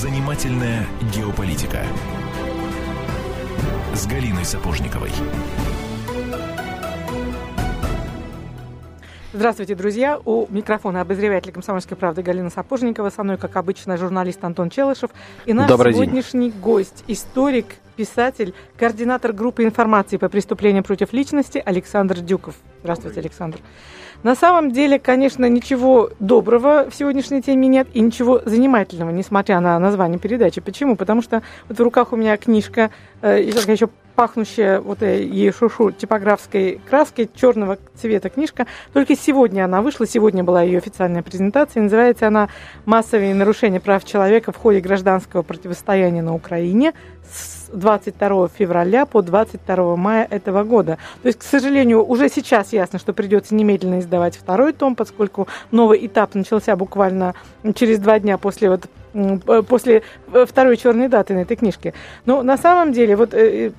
Занимательная геополитика с Галиной Сапожниковой. Здравствуйте, друзья. У микрофона обозреватель «Комсомольской правды» Галина Сапожникова. Со мной, как обычно, журналист Антон Челышев. И наш сегодняшний гость, историк, писатель, координатор группы информации по преступлениям против личности Александр Дюков. Здравствуйте, Александр. На самом деле, конечно, ничего доброго в сегодняшней теме нет и ничего занимательного, несмотря на название передачи. Почему? Потому что вот в руках у меня книжка, еще пахнущая вот ей шушу типографской краской, черного цвета книжка. Только сегодня она вышла, сегодня была ее официальная презентация. Называется она «Массовые нарушения прав человека в ходе гражданского противостояния на Украине» с 22 февраля по 22 мая этого года. То есть, к сожалению, уже сейчас ясно, что придется немедленно издавать второй том, поскольку новый этап начался буквально через 2 дня после второй черной даты на этой книжке. Но на самом деле, вот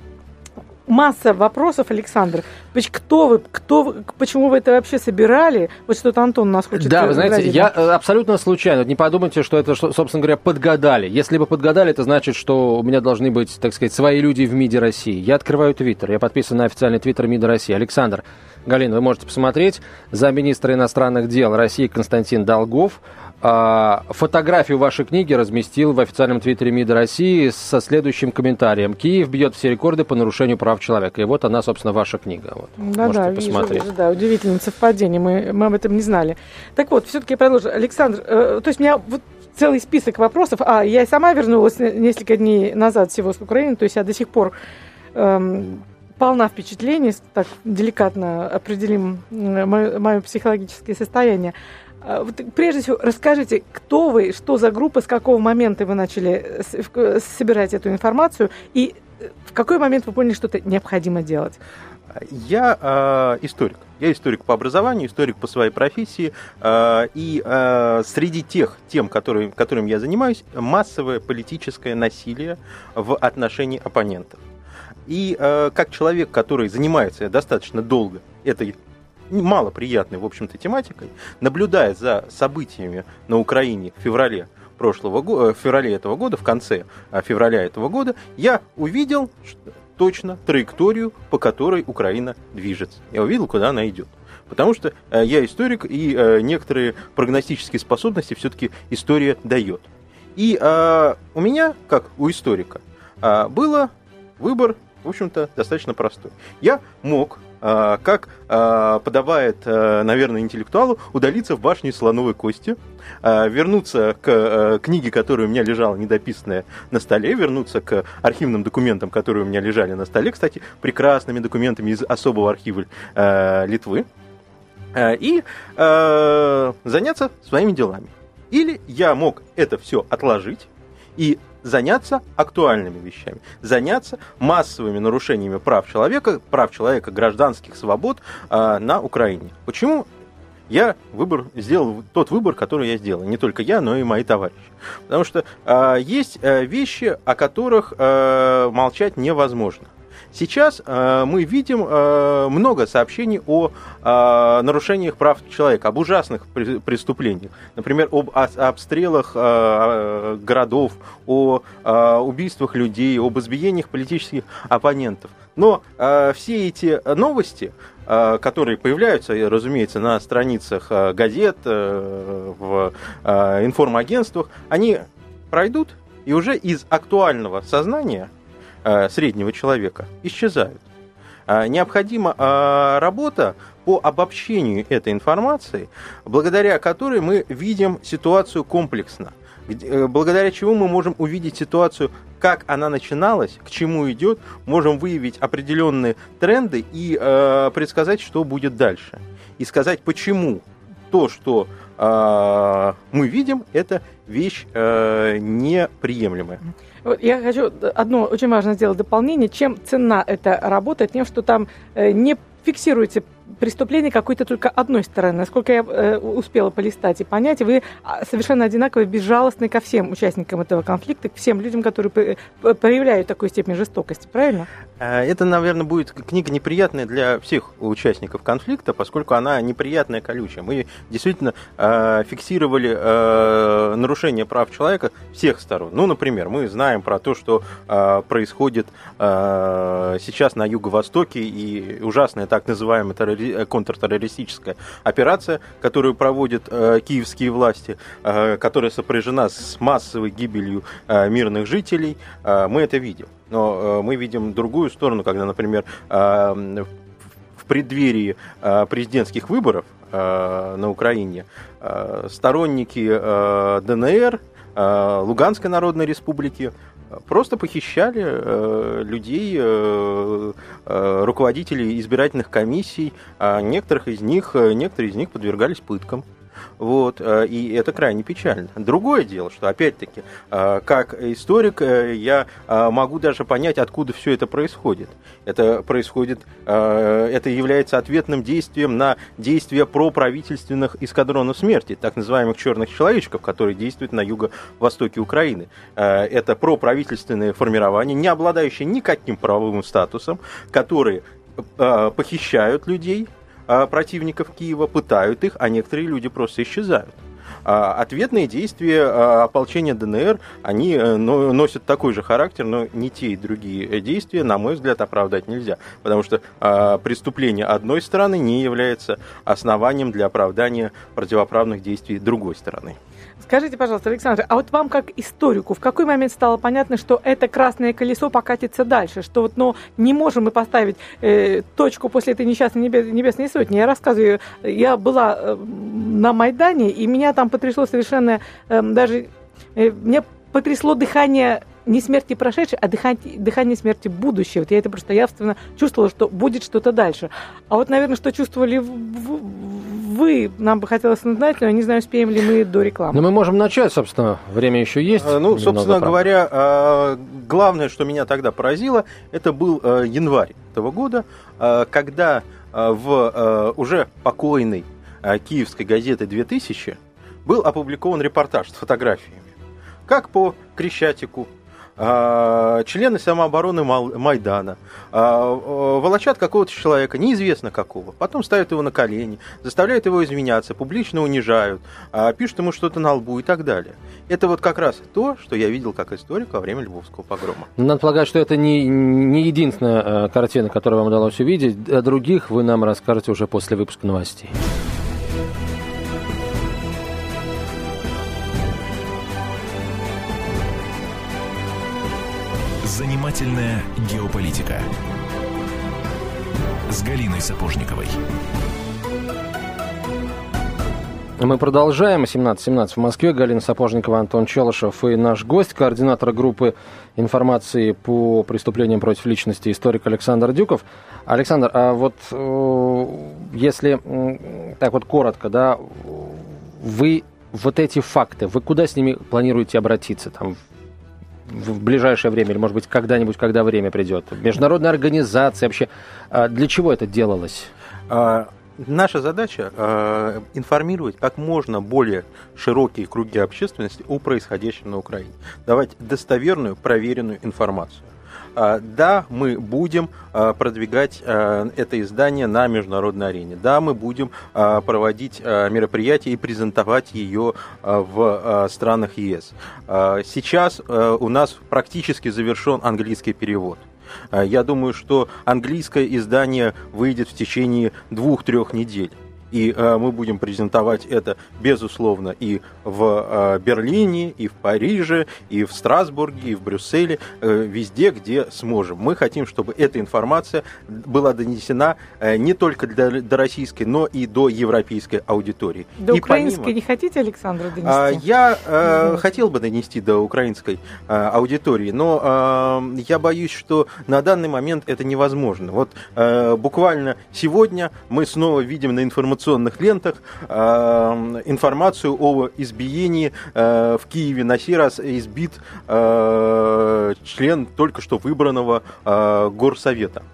масса вопросов, Александр. Кто вы, почему вы это вообще собирали? Вот что-то Антон нас хочет. Да, вы знаете, я абсолютно случайно. Не подумайте, что это, собственно говоря, подгадали. Если бы подгадали, это значит, что у меня должны быть, так сказать, свои люди в МИДе России. Я открываю Твиттер, я подписан на официальный Твиттер МИДа России. Александр, Галина, вы можете посмотреть. Замминистра иностранных дел России Константин Долгов фотографию вашей книги разместил в официальном твиттере МИДа России со следующим комментарием. «Киев бьет все рекорды по нарушению прав человека». И вот она, собственно, ваша книга. Вот. Да, вижу, да, удивительное совпадение, мы об этом не знали. Так вот, все-таки я продолжу. Александр, то есть у меня вот целый список вопросов. Я и сама вернулась несколько дней назад всего с Украины, то есть я до сих пор полна впечатлений, так деликатно определим мое психологическое состояние. Вот, прежде всего, расскажите, кто вы, что за группа, с какого момента вы начали собирать эту информацию и в какой момент вы поняли, что это необходимо делать? Я историк. Я историк по образованию, историк по своей профессии. И среди тех тем, которым я занимаюсь, массовое политическое насилие в отношении оппонентов. И как человек, который занимается достаточно долго этой малоприятной, в общем-то, тематикой, наблюдая за событиями на Украине в феврале этого года, в конце февраля этого года, я увидел точно траекторию, по которой Украина движется. Я увидел, куда она идет. Потому что я историк, и некоторые прогностические способности все-таки история дает. И у меня, как у историка, был выбор, в общем-то, достаточно простой. Я мог, как подобает, наверное, интеллектуалу, удалиться в башню из слоновой кости, вернуться к книге, которая у меня лежала недописанная на столе, вернуться к архивным документам, которые у меня лежали на столе, кстати, прекрасными документами из особого архива Литвы, и заняться своими делами. Или я мог это все отложить и заняться актуальными вещами, заняться массовыми нарушениями прав человека, гражданских свобод на Украине. Почему я сделал тот выбор, который я сделал? Не только я, но и мои товарищи. Потому что есть вещи, о которых молчать невозможно. Сейчас мы видим много сообщений о нарушениях прав человека, об ужасных преступлениях. Например, об обстрелах городов, о убийствах людей, об избиениях политических оппонентов. Но все эти новости, которые появляются, разумеется, на страницах газет, в информагентствах, они пройдут и уже из актуального сознания среднего человека исчезают. Необходима работа по обобщению этой информации, благодаря которой мы видим ситуацию комплексно, благодаря чему мы можем увидеть ситуацию, как она начиналась, к чему идет, можем выявить определенные тренды и предсказать, что будет дальше. И сказать, почему то, что мы видим, это вещь неприемлемая. Я хочу одно очень важно сделать дополнение. Чем ценна эта работа? Тем, что там не фиксируется преступление какой-то только одной стороны. Насколько я успела полистать и понять, вы совершенно одинаково безжалостны ко всем участникам этого конфликта, к всем людям, которые проявляют такую степень жестокости, правильно? Это, наверное, будет книга неприятная для всех участников конфликта, поскольку она неприятная, колючая. Мы действительно фиксировали нарушение прав человека всех сторон. Ну, например, мы знаем про то, что происходит сейчас на Юго-Востоке, и ужасная так называемая контртеррористическая операция, которую проводят киевские власти, которая сопряжена с массовой гибелью мирных жителей. Мы это видим. Но мы видим другую сторону, когда, например, в преддверии президентских выборов на Украине сторонники ДНР, Луганской Народной Республики просто похищали людей, руководителей избирательных комиссий, некоторые из них подвергались пыткам. Вот, и это крайне печально. Другое дело, что, опять-таки, как историк, я могу даже понять, откуда все это происходит. Это является ответным действием на действия проправительственных эскадронов смерти, так называемых черных человечков, которые действуют на юго-востоке Украины. Это проправительственные формирования, не обладающие никаким правовым статусом, которые похищают людей, противников Киева, пытают их, а некоторые люди просто исчезают. Ответные действия ополчения ДНР, они носят такой же характер, но не те и другие действия, на мой взгляд, оправдать нельзя. Потому что преступление одной стороны не является основанием для оправдания противоправных действий другой стороны. Скажите, пожалуйста, Александр, а вот вам как историку, в какой момент стало понятно, что это красное колесо покатится дальше, что вот, не можем мы поставить точку после этой несчастной небесной сотни? Я рассказываю, я была на Майдане, и меня там потрясло совершенно, мне потрясло дыхание не смерти прошедшей, а дыхание смерти будущей. Вот я это просто явственно чувствовала, что будет что-то дальше. А вот, наверное, что чувствовали вы, нам бы хотелось знать, но я не знаю, успеем ли мы до рекламы. Но мы можем начать, собственно, время еще есть. Собственно говоря, главное, что меня тогда поразило, это был январь этого года, когда в уже покойной киевской газете «2000» был опубликован репортаж с фотографиями. Как по Крещатику, члены самообороны Майдана волочат какого-то человека, неизвестно какого, потом ставят его на колени, заставляют его извиняться, публично унижают, пишут ему что-то на лбу и так далее. Это вот как раз то, что я видел как историк во время Львовского погрома. Надо полагать, что это не единственная картина, которую вам удалось увидеть. О других вы нам расскажете уже после выпуска новостей. Занимательная геополитика с Галиной Сапожниковой. Мы продолжаем. 17:17 в Москве. Галина Сапожникова, Антон Челышев и наш гость, координатор группы информации по преступлениям против личности, историк Александр Дюков. Александр, а вот если так вот коротко, да, вы вот эти факты, вы куда с ними планируете обратиться? Там, в ближайшее время, или, может быть, когда-нибудь, когда время придет? Международная организация вообще. Для чего это делалось? Наша задача информировать как можно более широкие круги общественности о происходящем на Украине. Давать достоверную, проверенную информацию. Да, мы будем продвигать это издание на международной арене. Да, мы будем проводить мероприятия и презентовать ее в странах ЕС. Сейчас у нас практически завершен английский перевод. Я думаю, что английское издание выйдет в течение 2-3 недель. И мы будем презентовать это, безусловно, и в Берлине, и в Париже, и в Страсбурге, и в Брюсселе, везде, где сможем. Мы хотим, чтобы эта информация была донесена не только до российской, но и до европейской аудитории. До украинской не хотите, Александр, донести? Я хотел бы донести до украинской аудитории, но я боюсь, что на данный момент это невозможно. Вот буквально сегодня мы снова видим на информационных лентах информацию о избиении в Киеве. На сей раз избит член только что выбранного горсовета.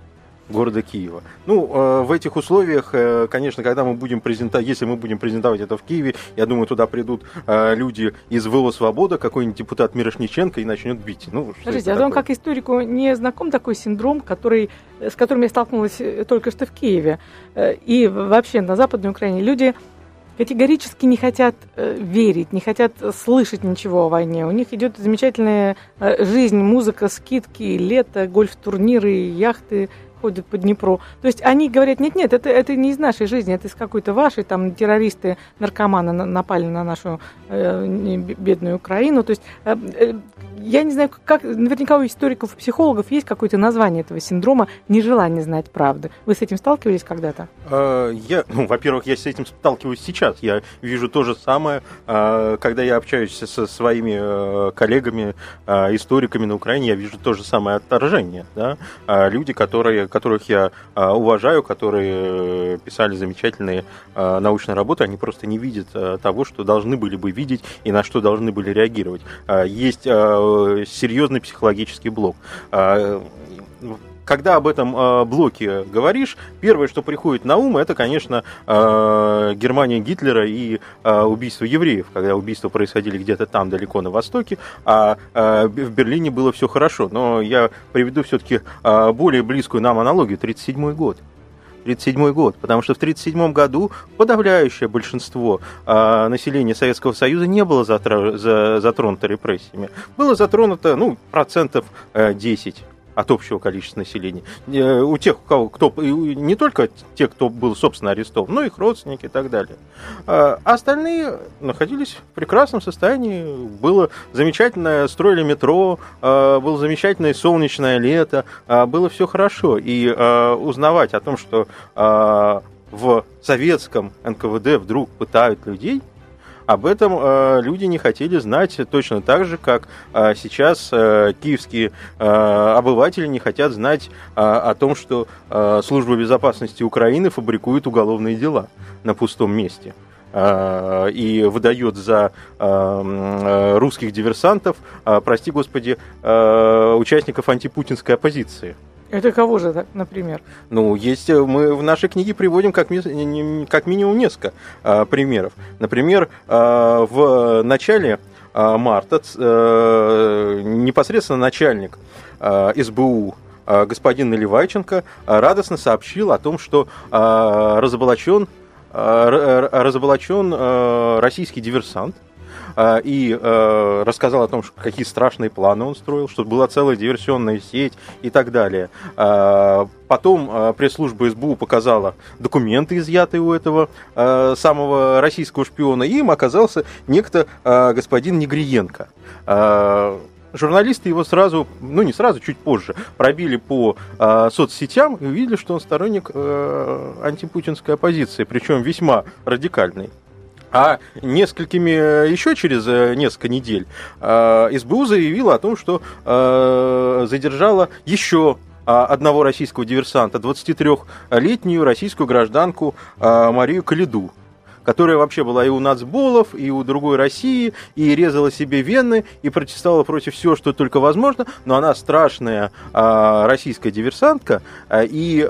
города Киева. Ну, в этих условиях, конечно, когда мы будем если мы будем презентовать это в Киеве, я думаю, туда придут люди из ВО «Свобода», какой-нибудь депутат Мирошниченко и начнет бить. Ну, скажите, вам как историку не знаком такой синдром, с которым я столкнулась только что в Киеве и вообще на Западной Украине? Люди категорически не хотят верить, не хотят слышать ничего о войне. У них идет замечательная жизнь, музыка, скидки, лето, гольф-турниры, яхты ходят по Днепру. То есть они говорят, нет, это не из нашей жизни, это из какой-то вашей, там террористы, наркоманы напали на нашу бедную Украину. То есть я не знаю, как, наверняка у историков, психологов есть какое-то название этого синдрома нежелания знать правды. Вы с этим сталкивались когда-то? Во-первых, я с этим сталкиваюсь сейчас. Я вижу то же самое, когда я общаюсь со своими коллегами, историками на Украине, я вижу то же самое отторжение. Да? Люди, которых я уважаю, которые писали замечательные научные работы, они просто не видят того, что должны были бы видеть и на что должны были реагировать. Есть серьезный психологический блок. Когда об этом блоке говоришь, первое, что приходит на ум, это, конечно, Германия Гитлера и убийство евреев, когда убийства происходили где-то там, далеко на востоке, а в Берлине было все хорошо. Но я приведу все-таки более близкую нам аналогию, 1937 год. 1937 год, потому что в 1937 году подавляющее большинство населения Советского Союза не было затронуто репрессиями. Было затронуто, процентов 10 от общего количества населения. У тех, не только те, кто был, собственно, арестован, но и их родственники и так далее. А остальные находились в прекрасном состоянии. Было замечательное, строили метро, было замечательное солнечное лето, было все хорошо. И узнавать о том, что в советском НКВД вдруг пытают людей, об этом люди не хотели знать точно так же, как сейчас киевские обыватели не хотят знать о том, что Служба безопасности Украины фабрикует уголовные дела на пустом месте и выдает за русских диверсантов, прости господи, участников антипутинской оппозиции. Это кого же, например? Мы в нашей книге приводим как минимум несколько примеров. Например, в начале марта непосредственно начальник СБУ господин Наливайченко радостно сообщил о том, что разоблачен российский диверсант, и рассказал о том, какие страшные планы он строил, что была целая диверсионная сеть и так далее. Потом пресс-служба СБУ показала документы, изъятые у этого самого российского шпиона, и им оказался некто господин Негриенко. Журналисты его сразу, не сразу, чуть позже, пробили по соцсетям и увидели, что он сторонник антипутинской оппозиции, причем весьма радикальный. А еще через несколько недель СБУ заявила о том, что задержала еще одного российского диверсанта, 23-летнюю российскую гражданку Марию Калиду, которая вообще была и у нацболов, и у другой России, и резала себе вены, и протестовала против всего, что только возможно, но она страшная российская диверсантка, и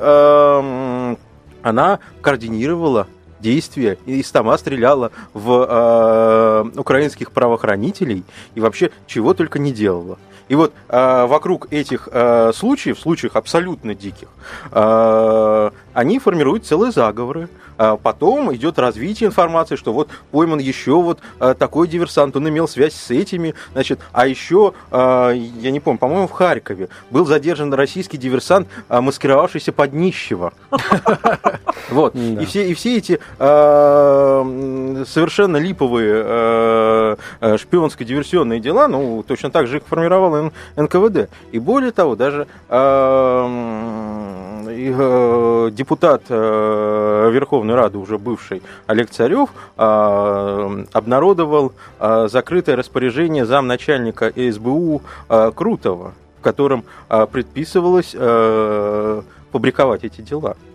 она координировала действия и сама стреляла в украинских правоохранителей и вообще чего только не делала. И вот вокруг этих случаев абсолютно диких, они формируют целые заговоры. Потом идет развитие информации, что вот пойман еще такой диверсант, он имел связь с этими, а еще, я не помню, по-моему, в Харькове был задержан российский диверсант, маскировавшийся под нищего. Вот. И все эти совершенно липовые шпионско-диверсионные дела, точно так же их формировал НКВД. И более того, даже депутат Верховной Рады, уже бывший, Олег Царев, обнародовал закрытое распоряжение замначальника СБУ Крутова, в котором предписывалось фабриковать эти дела.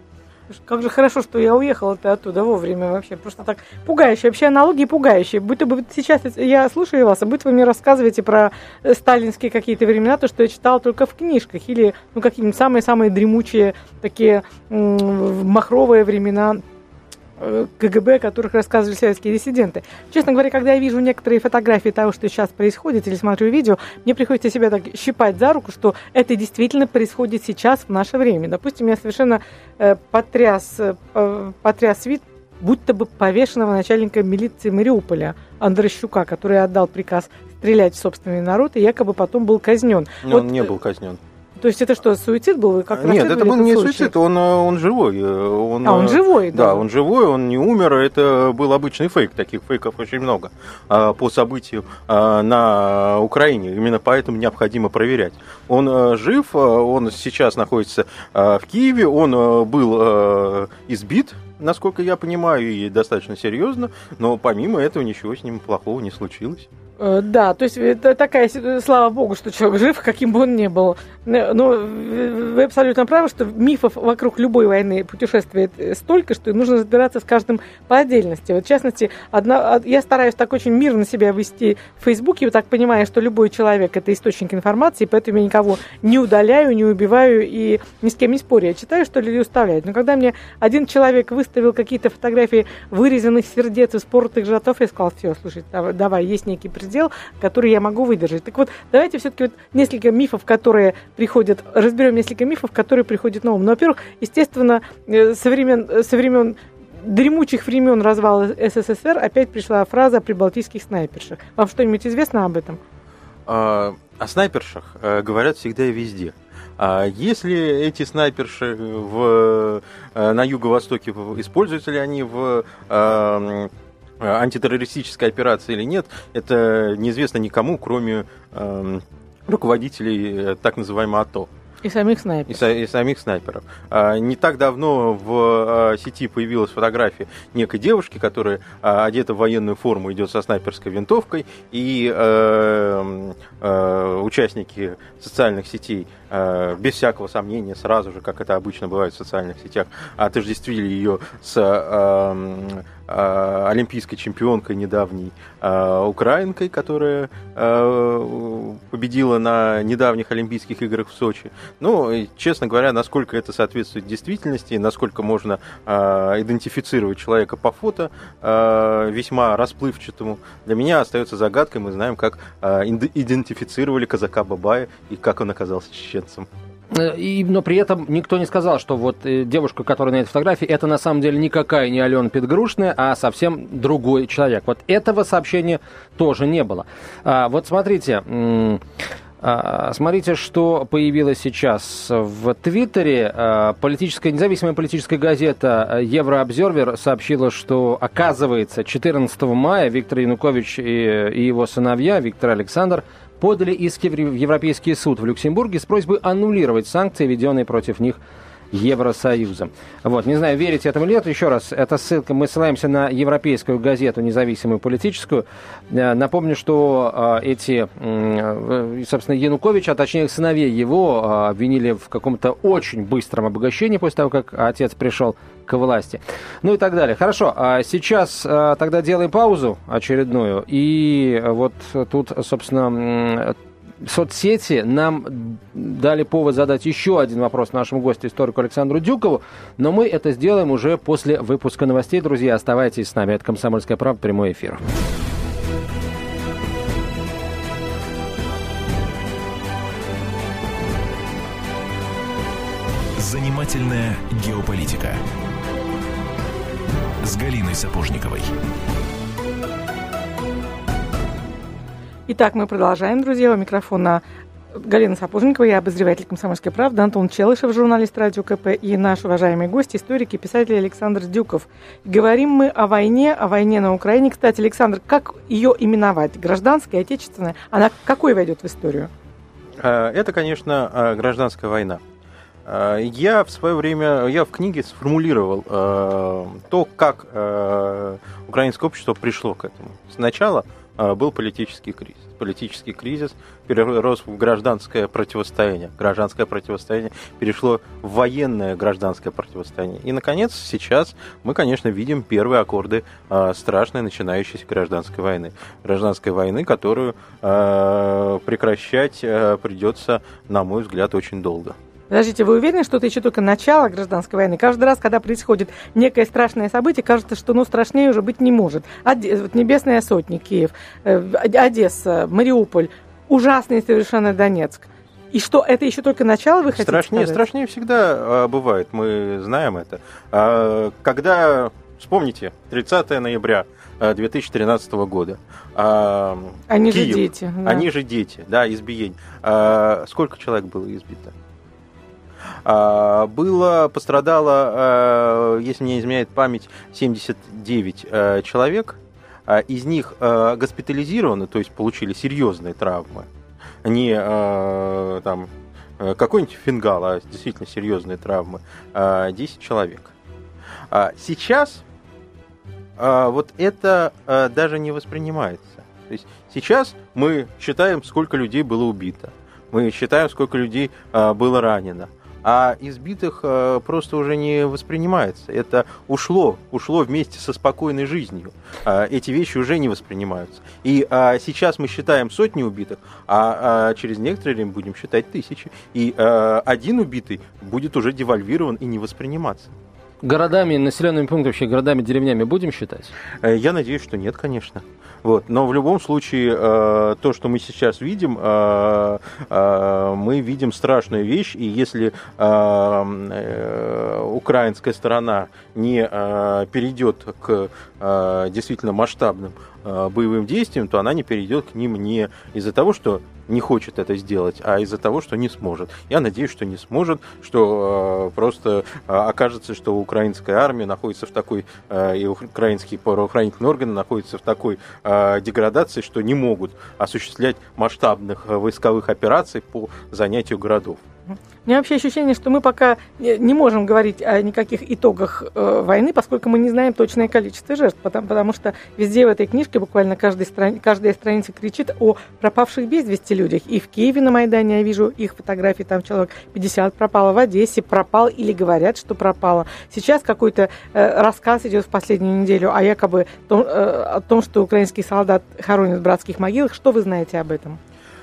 Как же хорошо, что я уехала-то оттуда вовремя вообще. Просто так пугающе. Вообще аналогии пугающие. Будто бы сейчас я слушаю вас, а будто вы мне рассказываете про сталинские какие-то времена, то, что я читала только в книжках. Или какие-нибудь самые-самые дремучие такие махровые времена КГБ, о которых рассказывали советские диссиденты. Честно говоря, когда я вижу некоторые фотографии того, что сейчас происходит, или смотрю видео, мне приходится себя так щипать за руку, что это действительно происходит сейчас, в наше время. Допустим, меня совершенно потряс вид будто бы повешенного начальника милиции Мариуполя Андрощука, который отдал приказ стрелять в собственный народ и якобы потом был казнен. Он не был казнен. То есть это что, суицид был? Нет, это был не суицид, он живой. Он живой, да? Да, он живой, он не умер, это был обычный фейк, таких фейков очень много по событию на Украине, именно поэтому необходимо проверять. Он жив, он сейчас находится в Киеве, он был избит, насколько я понимаю, и достаточно серьезно, но помимо этого ничего с ним плохого не случилось. Да, то есть это такая, слава богу, что человек жив, каким бы он ни был. Но вы абсолютно правы, что мифов вокруг любой войны путешествует столько, что нужно разбираться с каждым по отдельности. Вот, в частности, я стараюсь так очень мирно себя вести в Фейсбуке, так понимая, что любой человек – это источник информации, поэтому я никого не удаляю, не убиваю и ни с кем не спорю. Я читаю, что люди уставляют. Но когда мне один человек выставил какие-то фотографии вырезанных сердец и спортых животов, я сказала: все, слушай, давай, есть некий предел, который я могу выдержать. Так вот, давайте все-таки несколько мифов, которые приходят, разберем несколько мифов, которые приходят на ум. Ну, во-первых, естественно, со времен дремучих времен развала СССР опять пришла фраза о прибалтийских снайпершах. Вам что-нибудь известно об этом? О снайпершах говорят всегда и везде. Если эти снайперши на юго-востоке, используются ли они в антитеррористической операции или нет, это неизвестно никому, кроме руководителей так называемого АТО. И самих снайперов. И самих снайперов. Не так давно в сети появилась фотография некой девушки, которая одета в военную форму, идет со снайперской винтовкой, и участники социальных сетей без всякого сомнения сразу же, как это обычно бывает в социальных сетях, отождествили ее с олимпийской чемпионкой недавней украинкой, которая победила на недавних Олимпийских играх в Сочи. Ну, честно говоря, насколько это соответствует действительности, насколько можно идентифицировать человека по фото, весьма расплывчатому, для меня остается загадкой. Мы знаем, как идентифицировали казака Бабая и как он оказался чеченцем. Но при этом никто не сказал, что вот девушка, которая на этой фотографии, это на самом деле никакая не Алена Петгрушная, а совсем другой человек. Вот этого сообщения тоже не было. Вот смотрите, что появилось сейчас в Твиттере. Независимая политическая газета «Еврообзервер» сообщила, что, оказывается, 14 мая Виктор Янукович и его сыновья, Виктор и Александр, подали иски в Европейский суд в Люксембурге с просьбой аннулировать санкции, введенные против них Евросоюзом. Вот, не знаю, верите этому или нет. Еще раз, эта ссылка, мы ссылаемся на европейскую газету, независимую политическую. Напомню, что собственно, Януковича, а точнее сыновей его, обвинили в каком-то очень быстром обогащении после того, как отец пришел к власти. Ну и так далее. Хорошо, сейчас тогда делаем паузу очередную. И вот тут, собственно, соцсети нам дали повод задать еще один вопрос нашему гостю, историку Александру Дюкову, но мы это сделаем уже после выпуска новостей. Друзья, оставайтесь с нами. Это «Комсомольская правда», прямой эфир. Занимательная геополитика с Галиной Сапожниковой. Итак, мы продолжаем, друзья. У микрофона Галина Сапожникова, я обозреватель «Комсомольской правды», Антон Челышев, журналист радио КП, и наш уважаемый гость, историк и писатель Александр Дюков. Говорим мы о войне на Украине. Кстати, Александр, как ее именовать? Гражданская, отечественная? Она какой войдет в историю? Это, конечно, гражданская война. Я в свое время, в книге сформулировал то, как украинское общество пришло к этому. Сначала был политический кризис. политический кризис перерос в гражданское противостояние. Гражданское противостояние перешло в военное гражданское противостояние. И, наконец, сейчас мы, конечно, видим первые аккорды страшной начинающейся гражданской войны. Гражданской войны, которую прекращать придется, на мой взгляд, очень долго. Подождите, вы уверены, что это еще только начало гражданской войны? Каждый раз, когда происходит некое страшное событие, кажется, что страшнее уже быть не может. Небесная сотня, Киев, Одесса, Мариуполь, ужасный совершенно Донецк. И что, это еще только начало, вы хотите сказать? Страшнее всегда бывает, мы знаем это. Когда, вспомните, 30 ноября 2013 года. Они Киев, же дети. Да. Они же дети, да, избиение. Сколько человек было избито? Пострадало, если мне изменяет память, 79 человек. Из них госпитализированы, то есть получили серьезные травмы. Не там какой-нибудь фингал, а действительно серьезные травмы. 10 человек. Сейчас вот это даже не воспринимается. То есть сейчас мы считаем, сколько людей было убито. Мы считаем, сколько людей было ранено. А избитых просто уже не воспринимается. Это ушло вместе со спокойной жизнью. Эти вещи уже не воспринимаются. И сейчас мы считаем сотни убитых, а через некоторое время будем считать тысячи. И один убитый будет уже девальвирован и не восприниматься. Городами, населенными пунктами, вообще городами, деревнями будем считать? Я надеюсь, что нет, конечно. Вот. Но в любом случае, то, что мы сейчас видим, мы видим страшную вещь. И если украинская сторона не перейдет к действительно масштабным боевым действиям, то она не перейдет к ним не из-за того, что не хочет это сделать, а из-за того, что не сможет. Я надеюсь, что не сможет, что просто окажется, что украинская армия находится в такой, и украинские правоохранительные органы находятся в такой деградации, что не могут осуществлять масштабных войсковых операций по занятию городов. У меня вообще ощущение, что мы пока не можем говорить о никаких итогах войны, поскольку мы не знаем точное количество жертв, потому что везде в этой книжке буквально каждая страница кричит о пропавших без вести людях. И в Киеве на Майдане я вижу их фотографии, там человек 50 пропало, в Одессе пропал или говорят, что пропало. Сейчас какой-то рассказ идет в последнюю неделю о том, что украинский солдат хоронят в братских могилах. Что вы знаете об этом?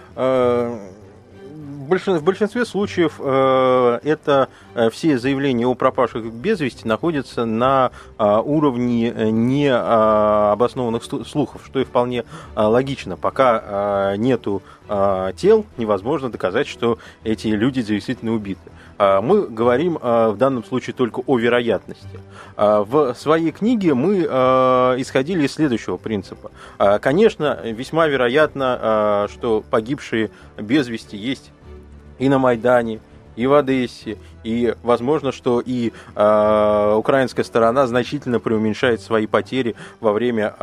В большинстве случаев это все заявления о пропавших без вести находятся на уровне необоснованных слухов, что и вполне логично. Пока нету тел, невозможно доказать, что эти люди действительно убиты. Мы говорим в данном случае только о вероятности. В своей книге мы исходили из следующего принципа. Конечно, весьма вероятно, что погибшие без вести есть и на Майдане, и в Одессе, и возможно, что и украинская сторона значительно преуменьшает свои потери во время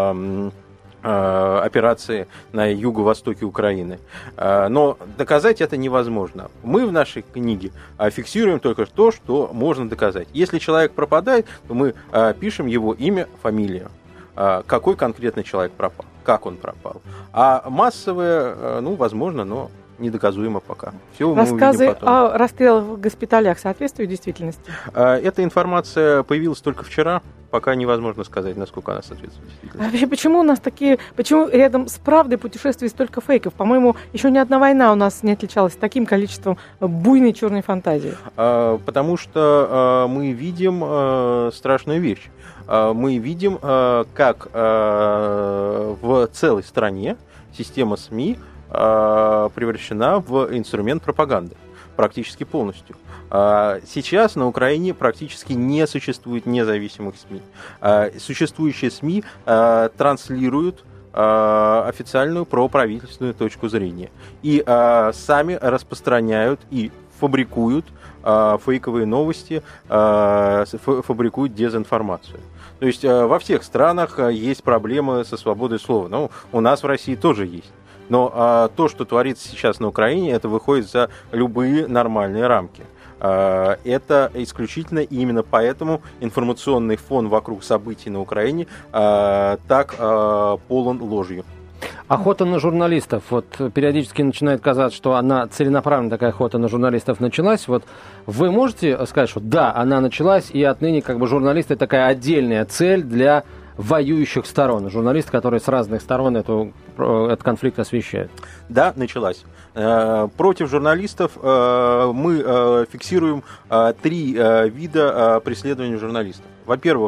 операции на юго-востоке Украины. Но доказать это невозможно. Мы в нашей книге фиксируем только то, что можно доказать. Если человек пропадает, то мы пишем его имя, фамилию. Какой конкретный человек пропал, как он пропал. А массовые, возможно, но недоказуемо пока. Все мы рассказы увидим потом. О расстрелах в госпиталях соответствуют действительности? Эта информация появилась только вчера. Пока невозможно сказать, насколько она соответствует действительности. А вообще, почему рядом с правдой путешествий столько фейков? По-моему, еще ни одна война у нас не отличалась таким количеством буйной черной фантазии. Потому что мы видим страшную вещь. Мы видим, как в целой стране система СМИ превращена в инструмент пропаганды. Практически полностью. Сейчас на Украине практически не существует независимых СМИ. Существующие СМИ транслируют официальную проправительственную точку зрения. И сами распространяют и фабрикуют фейковые новости, фабрикуют дезинформацию. То есть во всех странах есть проблемы со свободой слова. У нас в России тоже есть. Но то, что творится сейчас на Украине, это выходит за любые нормальные рамки. Это исключительно и именно поэтому информационный фон вокруг событий на Украине так полон ложью. Охота на журналистов. Вот периодически начинает казаться, что она целенаправленно, такая охота на журналистов началась. Вот вы можете сказать, что да, она началась, и отныне как бы журналисты такая отдельная цель для воюющих сторон, журналисты, которые с разных сторон этот конфликт освещают? Да, началась. Против журналистов мы фиксируем 3 вида преследования журналистов. Во-первых,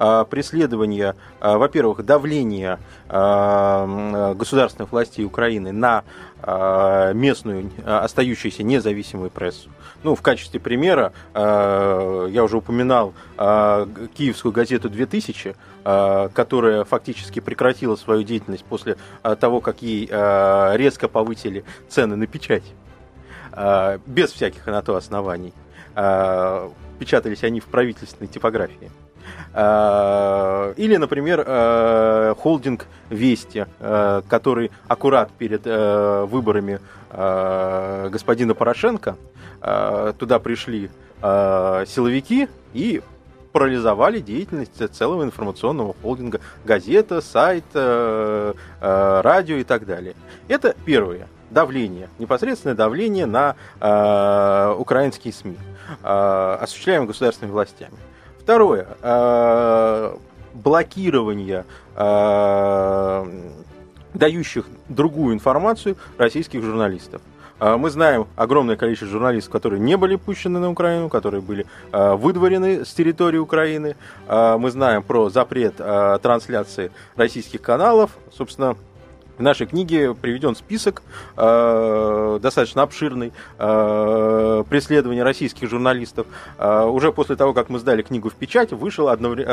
давление государственных властей Украины на местную, остающуюся независимую прессу. В качестве примера, я уже упоминал киевскую газету «2000», которая фактически прекратила свою деятельность после того, как ей резко повысили цены на печать, без всяких на то оснований. Печатались они в правительственной типографии. Или, например, холдинг «Вести», который аккурат перед выборами господина Порошенко, туда пришли силовики и парализовали деятельность целого информационного холдинга: газета, сайт, радио и так далее. Это первое. Давление, непосредственное давление на украинские СМИ, осуществляемое государственными властями. Второе. Блокирование дающих другую информацию российских журналистов. Мы знаем огромное количество журналистов, которые не были пущены на Украину, которые были выдворены с территории Украины. Мы знаем про запрет трансляции российских каналов. Собственно, в нашей книге приведен список достаточно обширный преследования российских журналистов. Уже после того, как мы сдали книгу в печать, вышел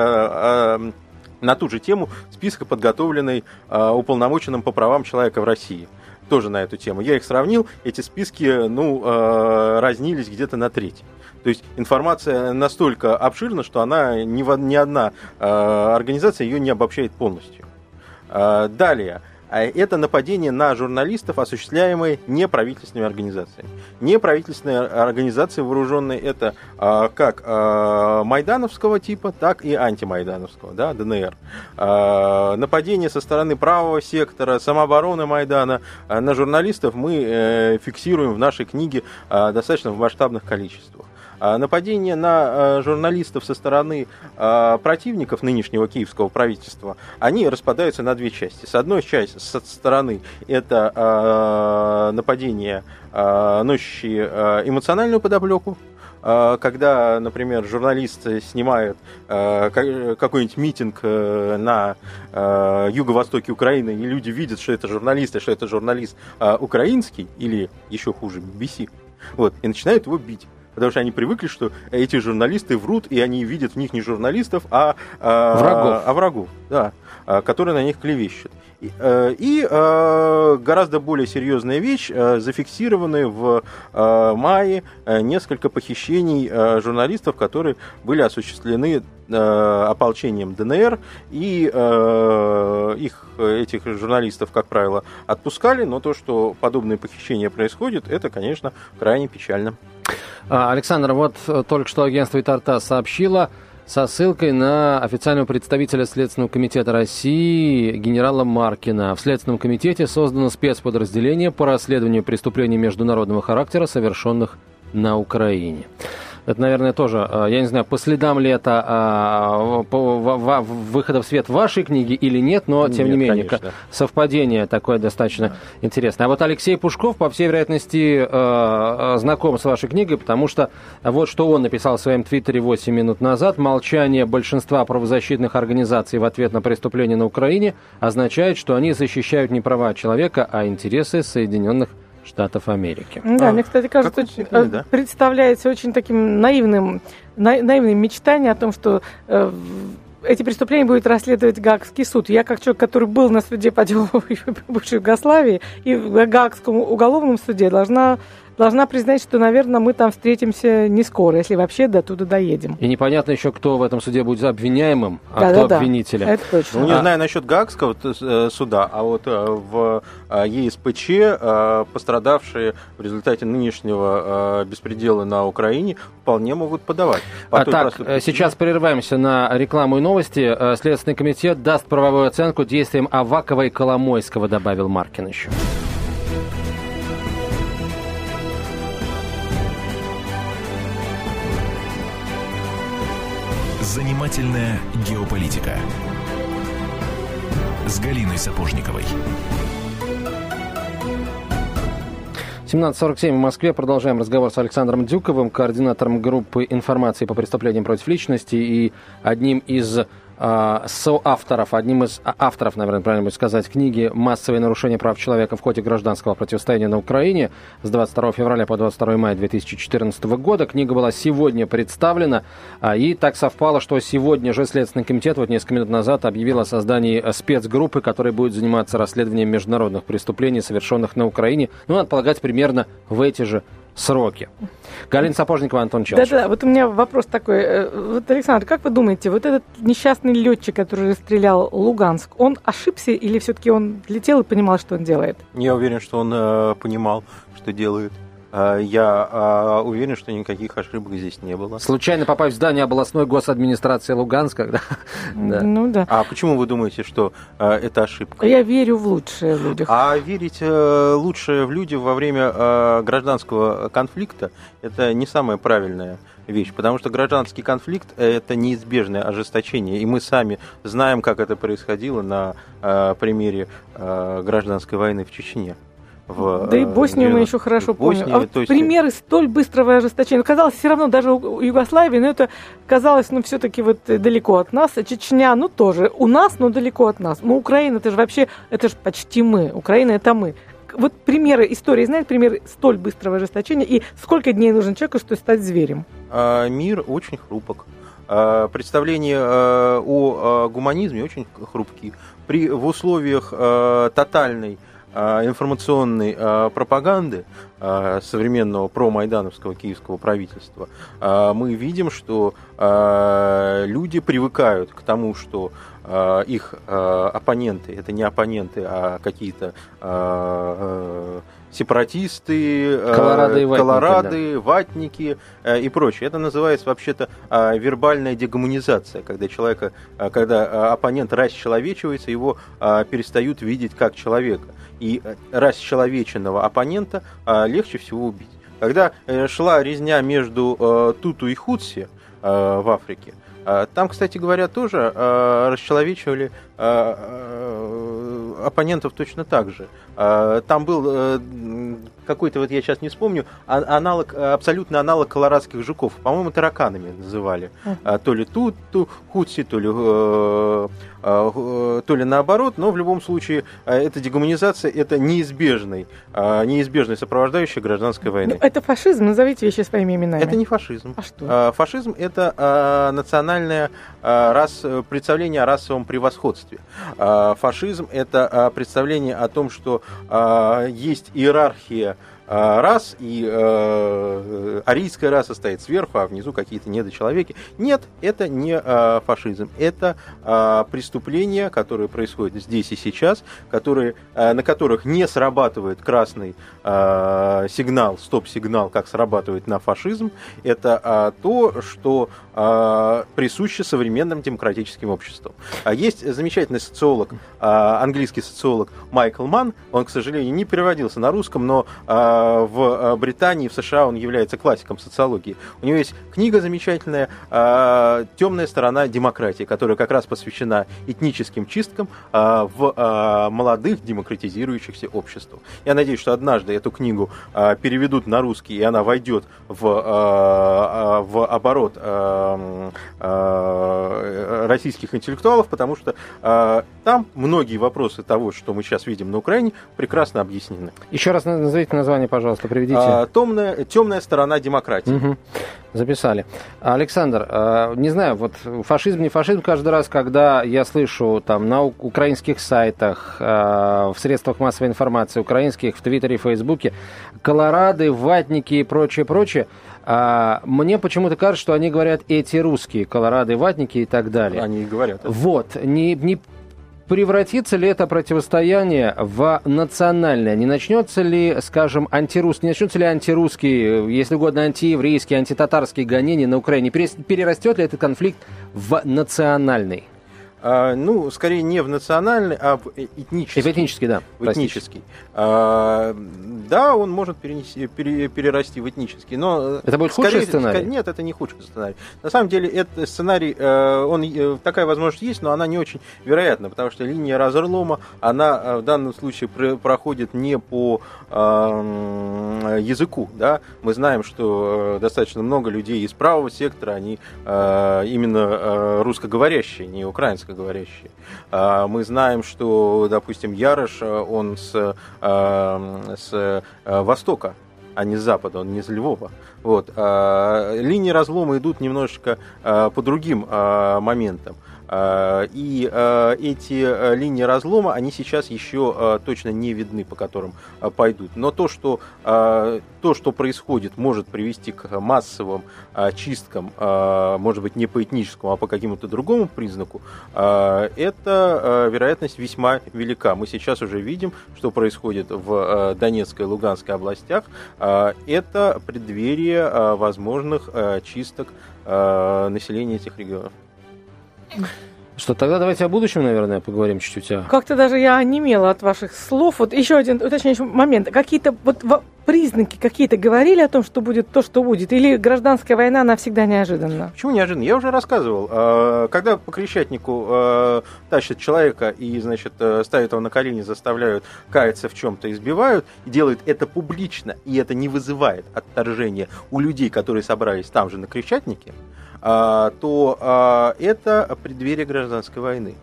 на ту же тему список, подготовленный уполномоченным по правам человека в России. Тоже на эту тему. Я их сравнил, эти списки разнились где-то на треть. То есть информация настолько обширна, что она ни одна организация ее не обобщает полностью. Далее. Это нападение на журналистов, осуществляемые неправительственными организациями. Неправительственные организации вооруженные — это как майдановского типа, так и антимайдановского, да, ДНР. Нападение со стороны правого сектора, самообороны Майдана на журналистов мы фиксируем в нашей книге достаточно в масштабных количествах. Нападения на журналистов со стороны противников нынешнего киевского правительства, они распадаются на 2 части. С одной части, со стороны, это нападения, носящие эмоциональную подоплеку, когда, например, журналист снимает какой-нибудь митинг на юго-востоке Украины, и люди видят, что это журналист, и что это журналист украинский, или еще хуже, BBC, и начинают его бить. Потому что они привыкли, что эти журналисты врут, и они видят в них не журналистов, а врагов, да, которые на них клевещут. И гораздо более серьезная вещь: зафиксированы в мае несколько похищений журналистов, которые были осуществлены ополчением ДНР, и этих журналистов, как правило, отпускали, но то, что подобные похищения происходят, это, конечно, крайне печально. Александр, вот только что агентство ИТАР-ТАСС сообщило со ссылкой на официального представителя Следственного комитета России генерала Маркина. В Следственном комитете создано спецподразделение по расследованию преступлений международного характера, совершенных на Украине. Это, наверное, тоже, я не знаю, по следам ли это выхода в свет вашей книги или нет, но, тем не менее, конечно, совпадение такое достаточно интересное. А вот Алексей Пушков, по всей вероятности, знаком с вашей книгой, потому что вот что он написал в своем твиттере 8 минут назад: молчание большинства правозащитных организаций в ответ на преступления на Украине означает, что они защищают не права человека, а интересы Соединенных Штатов Америки. Да, мне, кстати, кажется, представляется очень таким наивным мечтанием о том, что эти преступления будет расследовать Гаагский суд. Я, как человек, который был на суде по делу бывшей Югославии, и в Гаагском уголовном суде должна должна признать, что, наверное, мы там встретимся не скоро, если вообще до туда доедем. И непонятно еще, кто в этом суде будет обвиняемым, кто обвинителем. Это точно. Не знаю насчет Гаагского суда, а вот в ЕСПЧ пострадавшие в результате нынешнего беспредела на Украине вполне могут подавать. Сейчас прерываемся на рекламу и новости. Следственный комитет даст правовую оценку действиям Авакова и Коломойского, добавил Маркин еще. Занимательная геополитика с Галиной Сапожниковой. 17:47 в Москве. Продолжаем разговор с Александром Дюковым, координатором группы информации по преступлениям против личности и одним из соавторов, одним из авторов, наверное, правильно будет сказать, книги «Массовые нарушения прав человека в ходе гражданского противостояния на Украине» с 22 февраля по 22 мая 2014 года. Книга была сегодня представлена, и так совпало, что сегодня же Следственный комитет вот несколько минут назад объявил о создании спецгруппы, которая будет заниматься расследованием международных преступлений, совершенных на Украине, надо полагать, примерно в эти же сроки. Галина Сапожникова, Антон Челышев. Да-да, вот у меня вопрос такой. Вот, Александр, как вы думаете, вот этот несчастный летчик, который расстрелял Луганск, он ошибся или все-таки он летел и понимал, что он делает? Я уверен, что он понимал, что делает. Я уверен, что никаких ошибок здесь не было. Случайно попасть в здание областной госадминистрации Луганска? Да. Ну да. А почему вы думаете, что это ошибка? Я верю в лучшее в людях. А верить лучшее в люди во время гражданского конфликта – это не самая правильная вещь, потому что гражданский конфликт – это неизбежное ожесточение, и мы сами знаем, как это происходило на примере гражданской войны в Чечне. Да и Боснию мы еще хорошо помним. А вот примеры столь быстрого ожесточения. Казалось, все равно даже у Югославии, но это казалось, все-таки вот далеко от нас. А Чечня, тоже у нас, но далеко от нас. Украина, это же вообще, это же почти мы. Украина, это мы. Вот примеры истории, знаете, примеры столь быстрого ожесточения, и сколько дней нужен человеку, чтобы стать зверем? Мир очень хрупок. Представления о гуманизме очень хрупкие. В условиях тотальной информационной пропаганды современного промайдановского киевского правительства, мы видим, что люди привыкают к тому, что их оппоненты, это не оппоненты, а какие-то сепаратисты, колорады, ватники и прочее. Это называется вообще-то вербальная дегуманизация, когда оппонент расчеловечивается, его перестают видеть как человека. И расчеловеченного оппонента легче всего убить. Когда шла резня между Туту и Хутси в Африке, там, кстати говоря, тоже расчеловечивали оппонентов точно так же. Там был какой-то, вот я сейчас не вспомню, абсолютный аналог колорадских жуков. По-моему, тараканами называли. То ли Туту, Хутси, то ли наоборот, но в любом случае эта дегуманизация – это неизбежная сопровождающая гражданской войны. Это фашизм, назовите вещи своими именами. Это не фашизм. А что? Фашизм – это национальное представление о расовом превосходстве. Фашизм – это представление о том, что есть иерархия рас, и арийская раса стоит сверху, а внизу какие-то недочеловеки. Нет, это не фашизм. Это преступления, которые происходят здесь и сейчас, на которых не срабатывает красный сигнал, стоп-сигнал, как срабатывает на фашизм. Это то, что присуще современным демократическим обществам. Есть замечательный социолог, английский социолог Майкл Манн. Он, к сожалению, не переводился на русском, но в Британии, в США он является классиком социологии. У него есть книга замечательная «Темная сторона демократии», которая как раз посвящена этническим чисткам в молодых демократизирующихся обществах. Я надеюсь, что однажды эту книгу переведут на русский, и она войдет в оборот российских интеллектуалов, потому что там многие вопросы того, что мы сейчас видим на Украине, прекрасно объяснены. Еще раз назовите название, пожалуйста, приведите. «Темная сторона демократии». Угу. Записали. Александр, не знаю, вот фашизм, не фашизм, каждый раз, когда я слышу там на украинских сайтах, в средствах массовой информации, украинских, в Твиттере, в Фейсбуке, колорады, ватники и прочее, мне почему-то кажется, что они говорят эти русские, колорады, ватники и так далее. Они и говорят. Вот, не превратится ли это противостояние в национальное? Не начнется ли, скажем, антирусские, если угодно, антиеврейские, антитатарские гонения на Украине? Перерастет ли этот конфликт в национальный? Скорее не в национальный, а в этнический. В этнический, да. В этнический. Да, он может перерасти в этнический, но... Это будет худший сценарий? Нет, это не худший сценарий. На самом деле, этот сценарий, такая возможность есть, но она не очень вероятна, потому что линия разлома, она в данном случае проходит не по языку. Да? Мы знаем, что достаточно много людей из правого сектора, они именно русскоговорящие, не украинскоговорящие. Мы знаем, что, допустим, Ярош, он с востока, а не с запада, он не из Львова. Вот. Линии разлома идут немножечко по другим моментам. И эти линии разлома, они сейчас еще точно не видны, по которым пойдут. Но то, что происходит, может привести к массовым чисткам, может быть, не по этническому, а по какому-то другому признаку, эта вероятность весьма велика. Мы сейчас уже видим, что происходит в Донецкой и Луганской областях. Это преддверие возможных чисток населения этих регионов. Что, тогда давайте о будущем, наверное, поговорим чуть-чуть. Как-то даже я онемела от ваших слов. Вот еще один уточняющий момент. Какие-то признаки какие-то говорили о том, что будет то, что будет? Или гражданская война навсегда неожиданна? Почему неожиданно? Я уже рассказывал. Когда по Крещатнику тащат человека и, значит, ставят его на колени, заставляют каяться в чем-то, избивают, и делают это публично, и это не вызывает отторжения у людей, которые собрались там же на Крещатнике, то это преддверие гражданской войны.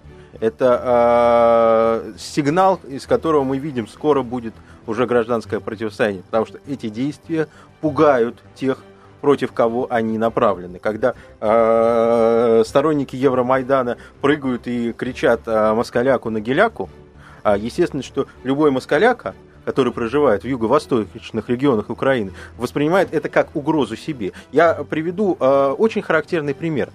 Это сигнал, из которого мы видим, скоро будет уже гражданское противостояние, потому что эти действия пугают тех, против кого они направлены. Когда сторонники Евромайдана прыгают и кричат «москаляку на геляку», естественно, что любой москаляка, который проживает в юго-восточных регионах Украины, воспринимает это как угрозу себе. Я приведу очень характерный пример.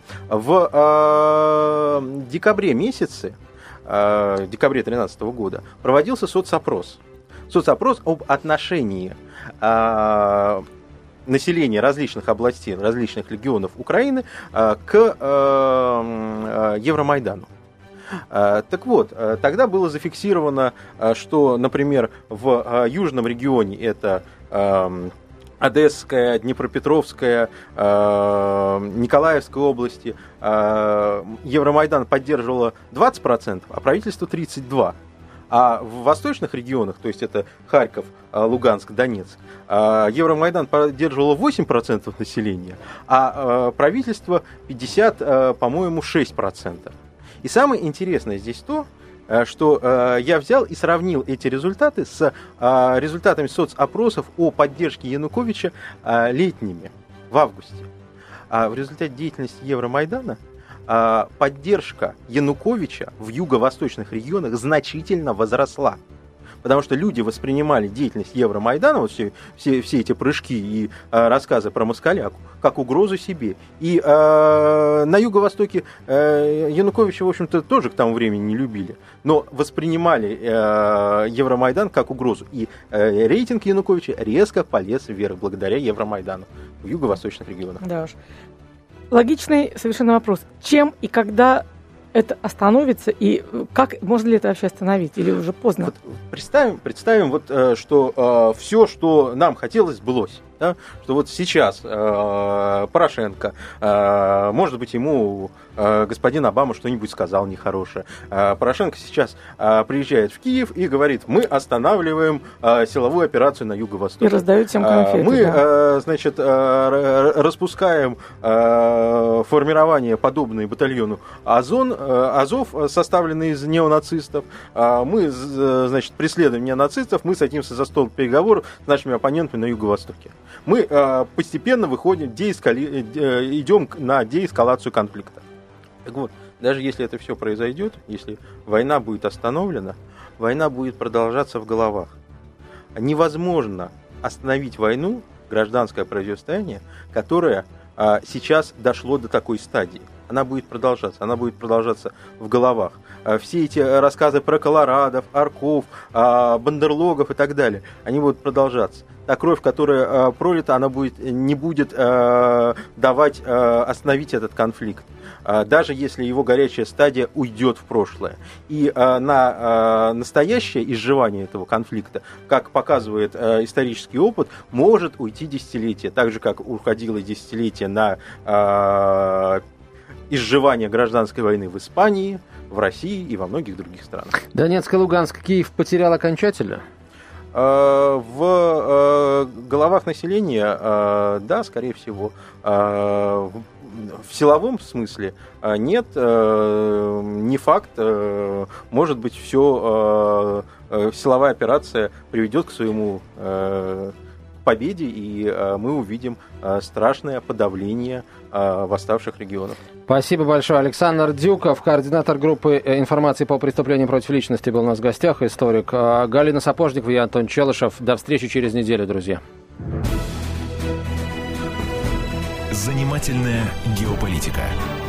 В декабре месяце, декабре 2013 года, проводился соцопрос. Соцопрос об отношении населения различных областей, различных регионов Украины к Евромайдану. Так вот, тогда было зафиксировано, что, например, в южном регионе это Одесская, Днепропетровская, Николаевская области Евромайдан поддерживало 20%, а правительство 32%. А в восточных регионах, то есть это Харьков, Луганск, Донецк, Евромайдан поддерживало 8% населения, а правительство 50%, по-моему, 6%. И самое интересное здесь то, что я взял и сравнил эти результаты с результатами соцопросов о поддержке Януковича летними, в августе. А в результате деятельности Евромайдана поддержка Януковича в юго-восточных регионах значительно возросла. Потому что люди воспринимали деятельность Евромайдана, вот все эти прыжки и рассказы про москаляку, как угрозу себе. И на юго-востоке Януковича, в общем-то, тоже к тому времени не любили, но воспринимали Евромайдан как угрозу. И рейтинг Януковича резко полез вверх благодаря Евромайдану в юго-восточных регионах. Да уж. Логичный совершенно вопрос. Чем и когда это остановится, и как можно ли это вообще остановить, или уже поздно? Вот представим, что все, что нам хотелось, сбылось. Да? Что вот сейчас Порошенко, может быть, ему господин Обама что-нибудь сказал нехорошее. Порошенко сейчас приезжает в Киев и говорит: мы останавливаем силовую операцию на Юго-Востоке. И раздают всем конфеты. Мы, значит, распускаем формирование, подобное батальону Азов, составленный из неонацистов. Мы, значит, преследуем неонацистов, мы садимся за стол переговоров с нашими оппонентами на Юго-Востоке. Мы постепенно выходим, идем на деэскалацию конфликта. Так вот, даже если это все произойдет, если война будет остановлена, война будет продолжаться в головах. Невозможно остановить войну, гражданское противостояние, которое сейчас дошло до такой стадии. Она будет продолжаться в головах. Все эти рассказы про колорадов, орков, бандерлогов и так далее, они будут продолжаться. Та кровь, которая пролита, она не будет давать остановить этот конфликт, даже если его горячая стадия уйдет в прошлое. И на настоящее изживание этого конфликта, как показывает исторический опыт, может уйти десятилетия, так же, как уходило десятилетие на изживание гражданской войны в Испании, в России и во многих других странах. Донецк и Луганск Киев потерял окончательно? В головах населения, да, скорее всего. В силовом смысле нет, не факт. Может быть, силовая операция приведет к своему победе, и мы увидим страшное подавление восставших регионов. Спасибо большое. Александр Дюков, координатор группы информации по преступлениям против личности, был у нас в гостях, историк. Галина Сапожникова и Антон Челышев. До встречи через неделю, друзья. Занимательная геополитика.